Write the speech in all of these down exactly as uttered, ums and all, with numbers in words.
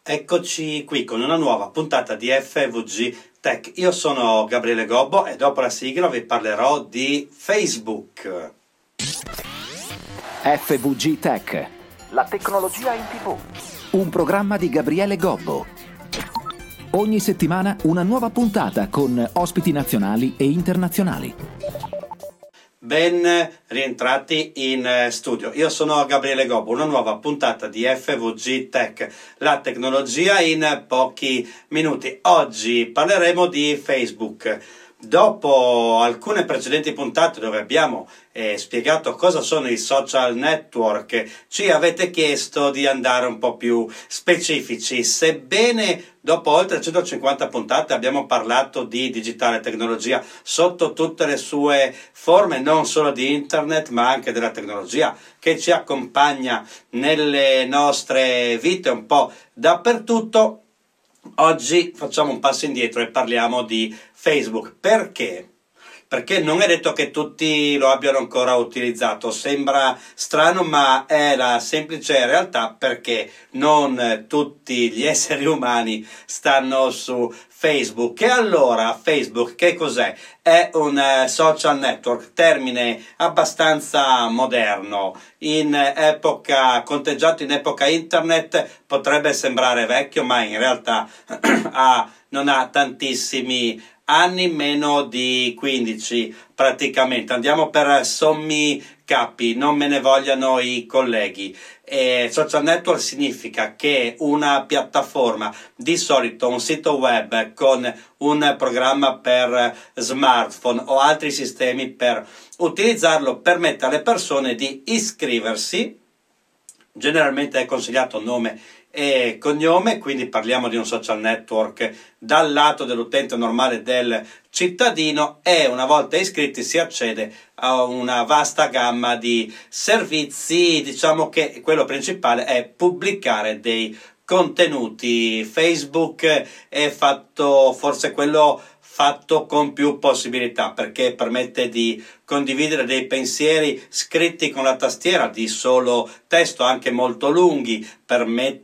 Eccoci qui con una nuova puntata di F V G Tech. Io sono Gabriele Gobbo e dopo la sigla vi parlerò di Facebook. F V G Tech, la tecnologia in tivù. Un programma di Gabriele Gobbo. Ogni settimana una nuova puntata con ospiti nazionali e internazionali. Ben rientrati in studio. Io sono Gabriele Gobbo, una nuova puntata di F V G Tech, la tecnologia in pochi minuti. Oggi parleremo di Facebook. Dopo alcune precedenti puntate dove abbiamo eh, spiegato cosa sono i social network, ci avete chiesto di andare un po' più specifici. Sebbene dopo oltre centocinquanta puntate abbiamo parlato di digitale tecnologia sotto tutte le sue forme, non solo di internet ma anche della tecnologia che ci accompagna nelle nostre vite un po' dappertutto, oggi facciamo un passo indietro e parliamo di Facebook. Perché? Perché non è detto che tutti lo abbiano ancora utilizzato. Sembra strano, ma è la semplice realtà, perché non tutti gli esseri umani stanno su Facebook. E allora Facebook che cos'è? È un social network, termine abbastanza moderno. In epoca, conteggiato in epoca internet, potrebbe sembrare vecchio, ma in realtà ha, non ha tantissimi anni, meno di quindici praticamente. Andiamo per sommi capi, non me ne vogliano i colleghi. E social network significa che una piattaforma, di solito un sito web con un programma per smartphone o altri sistemi per utilizzarlo, permette alle persone di iscriversi. Generalmente è consigliato nome e cognome, quindi parliamo di un social network dal lato dell'utente normale, del cittadino, e una volta iscritti si accede a una vasta gamma di servizi. Diciamo che quello principale è pubblicare dei contenuti. Facebook è fatto forse quello fatto con più possibilità, perché permette di condividere dei pensieri scritti con la tastiera di solo testo, anche molto lunghi, permette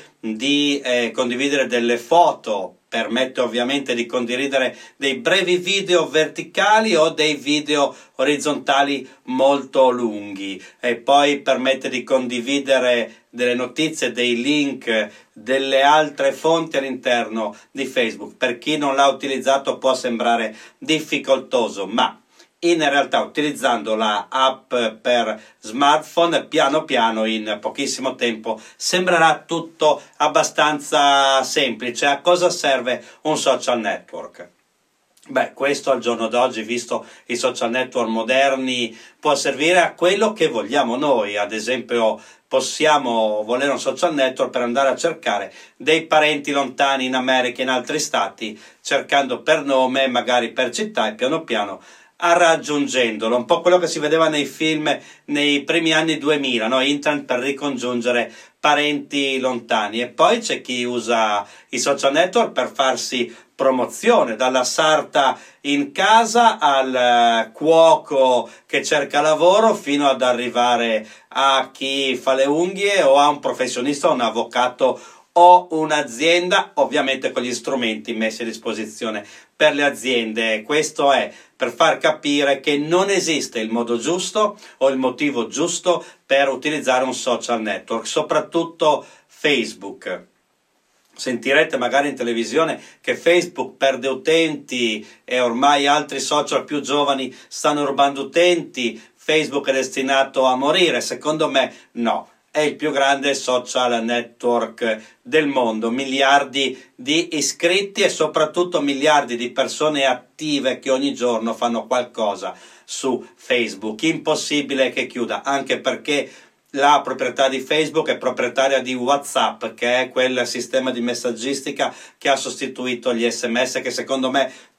di eh, condividere delle foto, permette ovviamente di condividere dei brevi video verticali o dei video orizzontali molto lunghi, e poi permette di condividere delle notizie, dei link, delle altre fonti all'interno di Facebook. Per chi non l'ha utilizzato può sembrare difficoltoso, ma in realtà utilizzando la app per smartphone, piano piano, in pochissimo tempo, sembrerà tutto abbastanza semplice. A cosa serve un social network? Beh, questo al giorno d'oggi, visto i social network moderni, può servire a quello che vogliamo noi. Ad esempio, possiamo volere un social network per andare a cercare dei parenti lontani in America, in altri stati, cercando per nome, magari per città, e piano piano a raggiungendolo. Un po' quello che si vedeva nei film nei primi anni duemila, no? Internet per ricongiungere parenti lontani. E poi c'è chi usa i social network per farsi promozione, dalla sarta in casa al cuoco che cerca lavoro, fino ad arrivare a chi fa le unghie o a un professionista, un avvocato o un'azienda, ovviamente con gli strumenti messi a disposizione per le aziende. Questo è per far capire che non esiste il modo giusto o il motivo giusto per utilizzare un social network, soprattutto Facebook. Sentirete magari in televisione che Facebook perde utenti e ormai altri social più giovani stanno rubando utenti, Facebook è destinato a morire. Secondo me no. È il più grande social network del mondo, miliardi di iscritti e soprattutto miliardi di persone attive che ogni giorno fanno qualcosa su Facebook. Impossibile che chiuda, anche perché la proprietà di Facebook è proprietaria di WhatsApp, che è quel sistema di messaggistica che ha sostituito gli S M S, che secondo me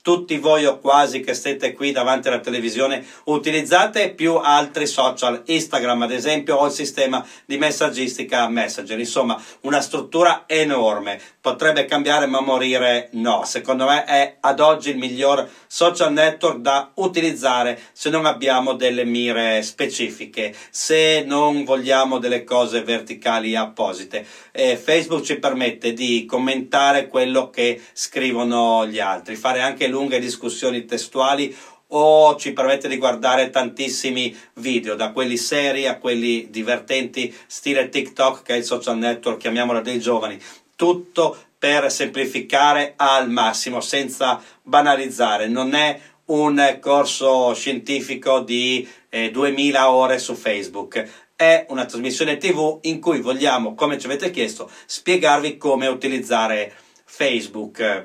tutti voi o quasi che siete qui davanti alla televisione utilizzate più altri social, Instagram ad esempio, o il sistema di messaggistica Messenger. Insomma, una struttura enorme. Potrebbe cambiare ma morire no. Secondo me è ad oggi il miglior social network da utilizzare se non abbiamo delle mire specifiche, se non vogliamo delle cose verticali apposite. Eh, Facebook ci permette di commentare quello che scrivono gli altri, fare anche lunghe discussioni testuali, o ci permette di guardare tantissimi video, da quelli seri a quelli divertenti, stile TikTok, che è il social network, chiamiamolo, dei giovani. Tutto per semplificare al massimo, senza banalizzare. Non è un corso scientifico di eh, duemila ore su Facebook. È una trasmissione tivù in cui vogliamo, come ci avete chiesto, spiegarvi come utilizzare Facebook.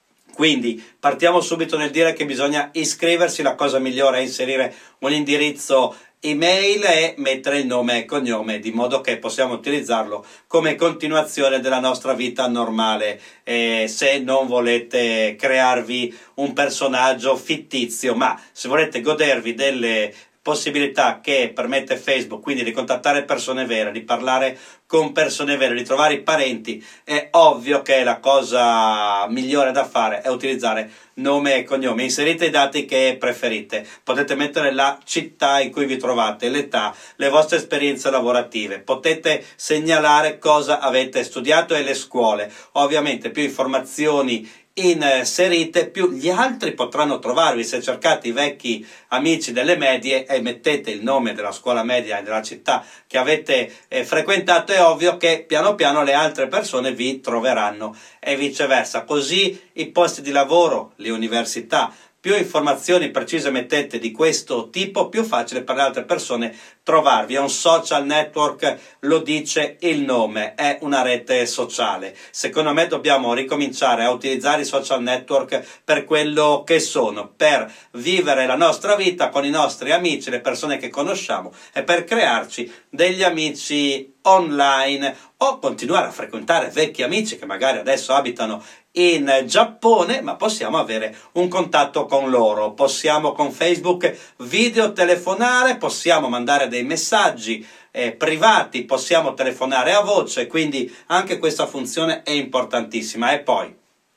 Quindi partiamo subito nel dire che bisogna iscriversi. La cosa migliore è inserire un indirizzo email e mettere il nome e cognome, di modo che possiamo utilizzarlo come continuazione della nostra vita normale, eh, se non volete crearvi un personaggio fittizio, ma se volete godervi delle possibilità che permette Facebook, quindi di contattare persone vere, di parlare con persone vere, di trovare i parenti, è ovvio che la cosa migliore da fare è utilizzare nome e cognome. Inserite i dati che preferite, potete mettere la città in cui vi trovate, l'età, le vostre esperienze lavorative, potete segnalare cosa avete studiato e le scuole. Ovviamente più informazioni inserite, più gli altri potranno trovarvi. Se cercate i vecchi amici delle medie e mettete il nome della scuola media e della città che avete eh, frequentato, è ovvio che piano piano le altre persone vi troveranno, e viceversa. Così i posti di lavoro, le università, più informazioni precise mettete di questo tipo, più facile per le altre persone trovarvi. È un social network, lo dice il nome, è una rete sociale. Secondo me dobbiamo ricominciare a utilizzare i social network per quello che sono, per vivere la nostra vita con i nostri amici, le persone che conosciamo, e per crearci degli amici online, o continuare a frequentare vecchi amici che magari adesso abitano in Giappone, ma possiamo avere un contatto con loro. Possiamo con Facebook videotelefonare, possiamo mandare dei messaggi eh, privati, possiamo telefonare a voce, quindi anche questa funzione è importantissima. E poi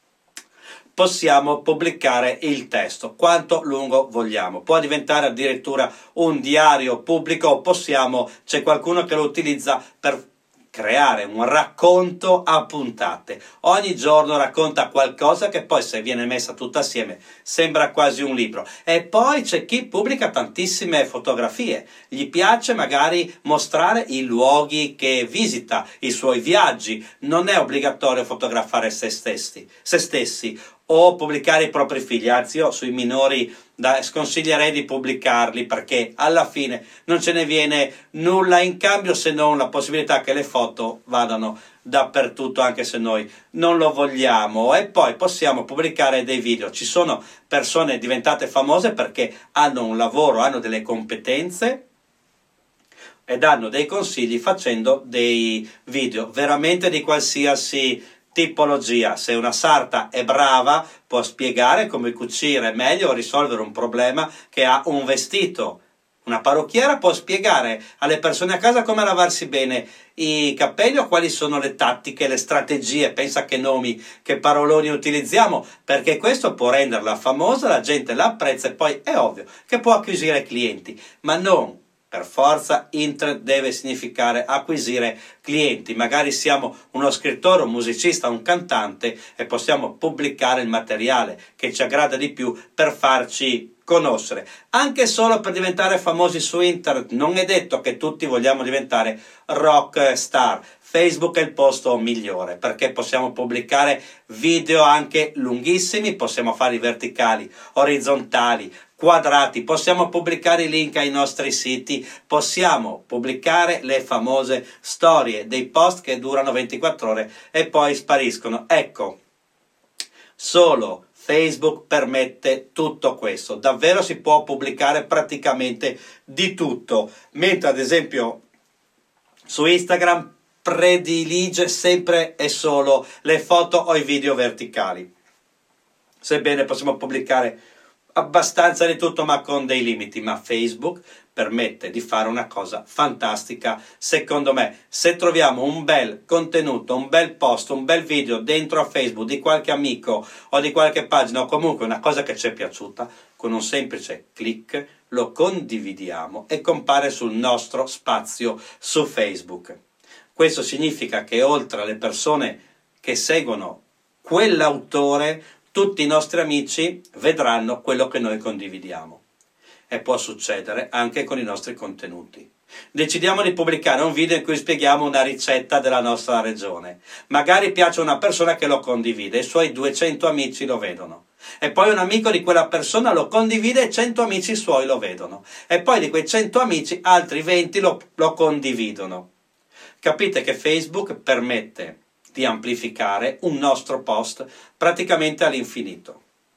possiamo pubblicare il testo quanto lungo vogliamo, può diventare addirittura un diario pubblico. Possiamo, c'è qualcuno che lo utilizza per creare un racconto a puntate. Ogni giorno racconta qualcosa che poi, se viene messa tutta assieme, sembra quasi un libro. E poi c'è chi pubblica tantissime fotografie, gli piace magari mostrare i luoghi che visita, i suoi viaggi. Non è obbligatorio fotografare se stessi, se stessi o pubblicare i propri figli, anzi io sui minori da, sconsiglierei di pubblicarli, perché alla fine non ce ne viene nulla in cambio se non la possibilità che le foto vadano dappertutto, anche se noi non lo vogliamo. E poi possiamo pubblicare dei video. Ci sono persone diventate famose perché hanno un lavoro, hanno delle competenze e danno dei consigli facendo dei video veramente di qualsiasi tipologia. Se una sarta è brava, può spiegare come cucire meglio o risolvere un problema che ha un vestito. Una parrucchiera può spiegare alle persone a casa come lavarsi bene i capelli o quali sono le tattiche, le strategie. Pensa che nomi, che paroloni utilizziamo, perché questo può renderla famosa, la gente la apprezza e poi è ovvio che può acquisire clienti, ma non per forza internet deve significare acquisire clienti. Magari siamo uno scrittore, un musicista, un cantante e possiamo pubblicare il materiale che ci aggrada di più per farci conoscere, anche solo per diventare famosi su internet. Non è detto che tutti vogliamo diventare rock star. Facebook è il posto migliore perché possiamo pubblicare video anche lunghissimi, possiamo farli verticali, orizzontali, quadrati, possiamo pubblicare i link ai nostri siti, possiamo pubblicare le famose storie, dei post che durano ventiquattro ore e poi spariscono. Ecco, solo Facebook permette tutto questo. Davvero si può pubblicare praticamente di tutto, mentre ad esempio su Instagram predilige sempre e solo le foto o i video verticali. sebbene possiamo pubblicare abbastanza di tutto ma con dei limiti, ma Facebook permette di fare una cosa fantastica secondo me. Se troviamo un bel contenuto, un bel post, un bel video dentro a Facebook di qualche amico o di qualche pagina o comunque una cosa che ci è piaciuta, con un semplice click lo condividiamo e compare sul nostro spazio su Facebook. Questo significa che oltre alle persone che seguono quell'autore, tutti i nostri amici vedranno quello che noi condividiamo. E può succedere anche con i nostri contenuti. Decidiamo di pubblicare un video in cui spieghiamo una ricetta della nostra regione. Magari piace a una persona che lo condivide, i suoi duecento amici lo vedono. E poi un amico di quella persona lo condivide e cento amici suoi lo vedono. E poi di quei cento amici altri venti lo, lo condividono. Capite che Facebook permette di amplificare un nostro post praticamente all'infinito.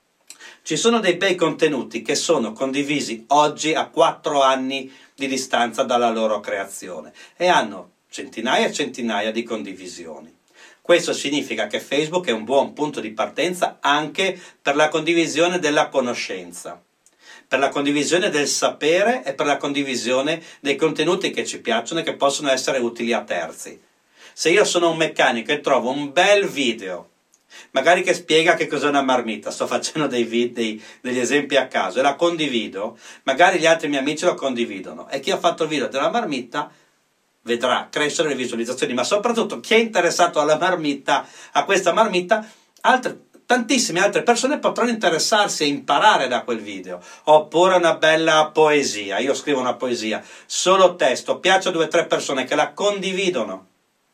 Ci sono dei bei contenuti che sono condivisi oggi a quattro anni di distanza dalla loro creazione e hanno centinaia e centinaia di condivisioni. Questo significa che Facebook è un buon punto di partenza anche per la condivisione della conoscenza, per la condivisione del sapere e per la condivisione dei contenuti che ci piacciono e che possono essere utili a terzi. Se io sono un meccanico e trovo un bel video, magari che spiega che cos'è una marmitta, sto facendo dei video, degli esempi a caso, e la condivido, magari gli altri miei amici lo condividono, e chi ha fatto il video della marmitta vedrà crescere le visualizzazioni, ma soprattutto chi è interessato alla marmitta, a questa marmitta, altre, tantissime altre persone potranno interessarsi e imparare da quel video. Oppure una bella poesia, io scrivo una poesia, solo testo, piace a due o tre persone che la condividono.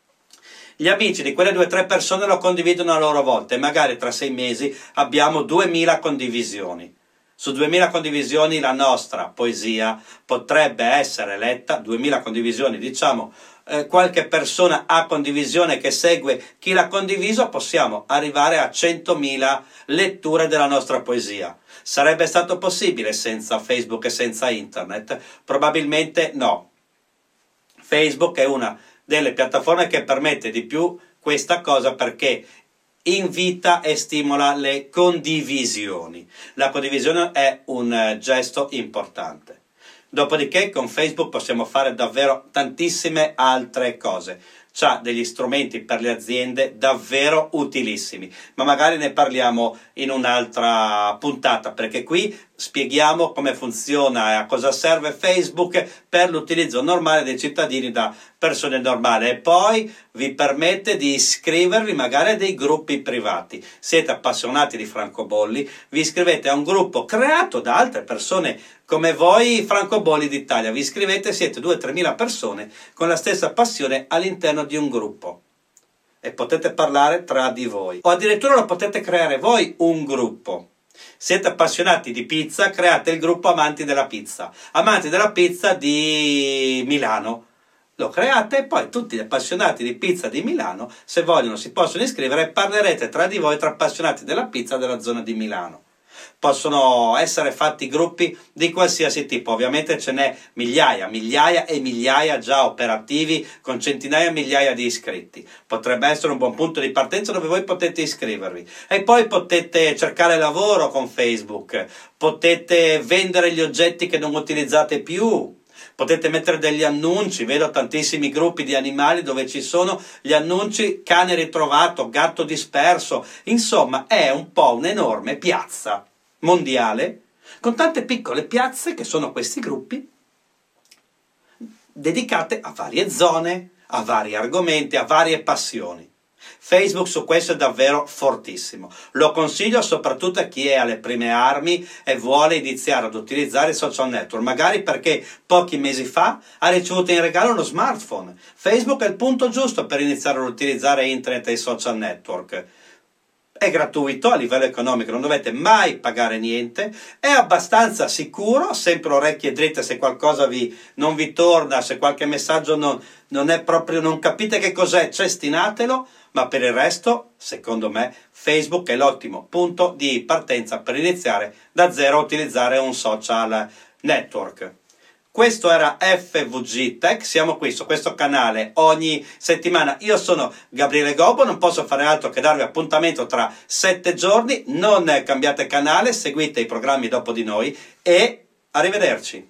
Gli amici di quelle due o tre persone lo condividono a loro volta e magari tra sei mesi abbiamo duemila condivisioni. Su duemila condivisioni la nostra poesia potrebbe essere letta, duemila condivisioni diciamo, eh, qualche persona ha condivisione che segue chi l'ha condiviso, possiamo arrivare a centomila letture della nostra poesia. Sarebbe stato possibile senza Facebook e senza internet? Probabilmente no. Facebook è una delle piattaforme che permette di più questa cosa perché invita e stimola le condivisioni. La condivisione è un gesto importante. Dopodiché con Facebook possiamo fare davvero tantissime altre cose. C'ha degli strumenti per le aziende davvero utilissimi, ma magari ne parliamo in un'altra puntata, perché qui spieghiamo come funziona e a cosa serve Facebook per l'utilizzo normale dei cittadini da persone normali, e poi vi permette di iscrivervi magari a dei gruppi privati. Siete appassionati di francobolli, vi iscrivete a un gruppo creato da altre persone come voi, francobolli d'Italia, vi iscrivete, siete due o tremila persone con la stessa passione all'interno di un gruppo e potete parlare tra di voi, o addirittura lo potete creare voi un gruppo. Siete appassionati di pizza, create il gruppo Amanti della Pizza, Amanti della Pizza di Milano, lo create e poi tutti gli appassionati di pizza di Milano, se vogliono, si possono iscrivere e parlerete tra di voi, tra appassionati della pizza della zona di Milano. Possono essere fatti gruppi di qualsiasi tipo, ovviamente ce n'è migliaia, migliaia e migliaia già operativi con centinaia e migliaia di iscritti. Potrebbe essere un buon punto di partenza dove voi potete iscrivervi e poi potete cercare lavoro con Facebook, potete vendere gli oggetti che non utilizzate più, potete mettere degli annunci. Vedo tantissimi gruppi di animali dove ci sono gli annunci cane ritrovato, gatto disperso, insomma è un po' un'enorme piazza mondiale con tante piccole piazze che sono questi gruppi dedicate a varie zone, a vari argomenti, a varie passioni. Facebook su questo è davvero fortissimo, lo consiglio soprattutto a chi è alle prime armi e vuole iniziare ad utilizzare i social network, magari perché pochi mesi fa ha ricevuto in regalo uno smartphone. Facebook è il punto giusto per iniziare ad utilizzare internet e i social network. È gratuito a livello economico, non dovete mai pagare niente, è abbastanza sicuro, sempre orecchie dritte se qualcosa vi, non vi torna, se qualche messaggio non, non è proprio, non capite che cos'è, cestinatelo, ma per il resto, secondo me, Facebook è l'ottimo punto di partenza per iniziare da zero a utilizzare un social network. Questo era F V G Tech, siamo qui su questo canale ogni settimana. Io sono Gabriele Gobbo, non posso fare altro che darvi appuntamento tra sette giorni. Non cambiate canale, seguite i programmi dopo di noi e arrivederci.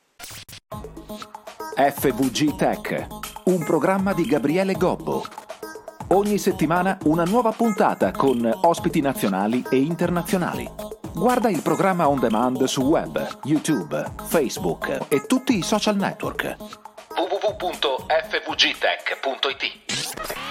F V G Tech, un programma di Gabriele Gobbo. Ogni settimana una nuova puntata con ospiti nazionali e internazionali. Guarda il programma on demand su web, YouTube, Facebook e tutti i social network. w w w punto f v g tech punto i t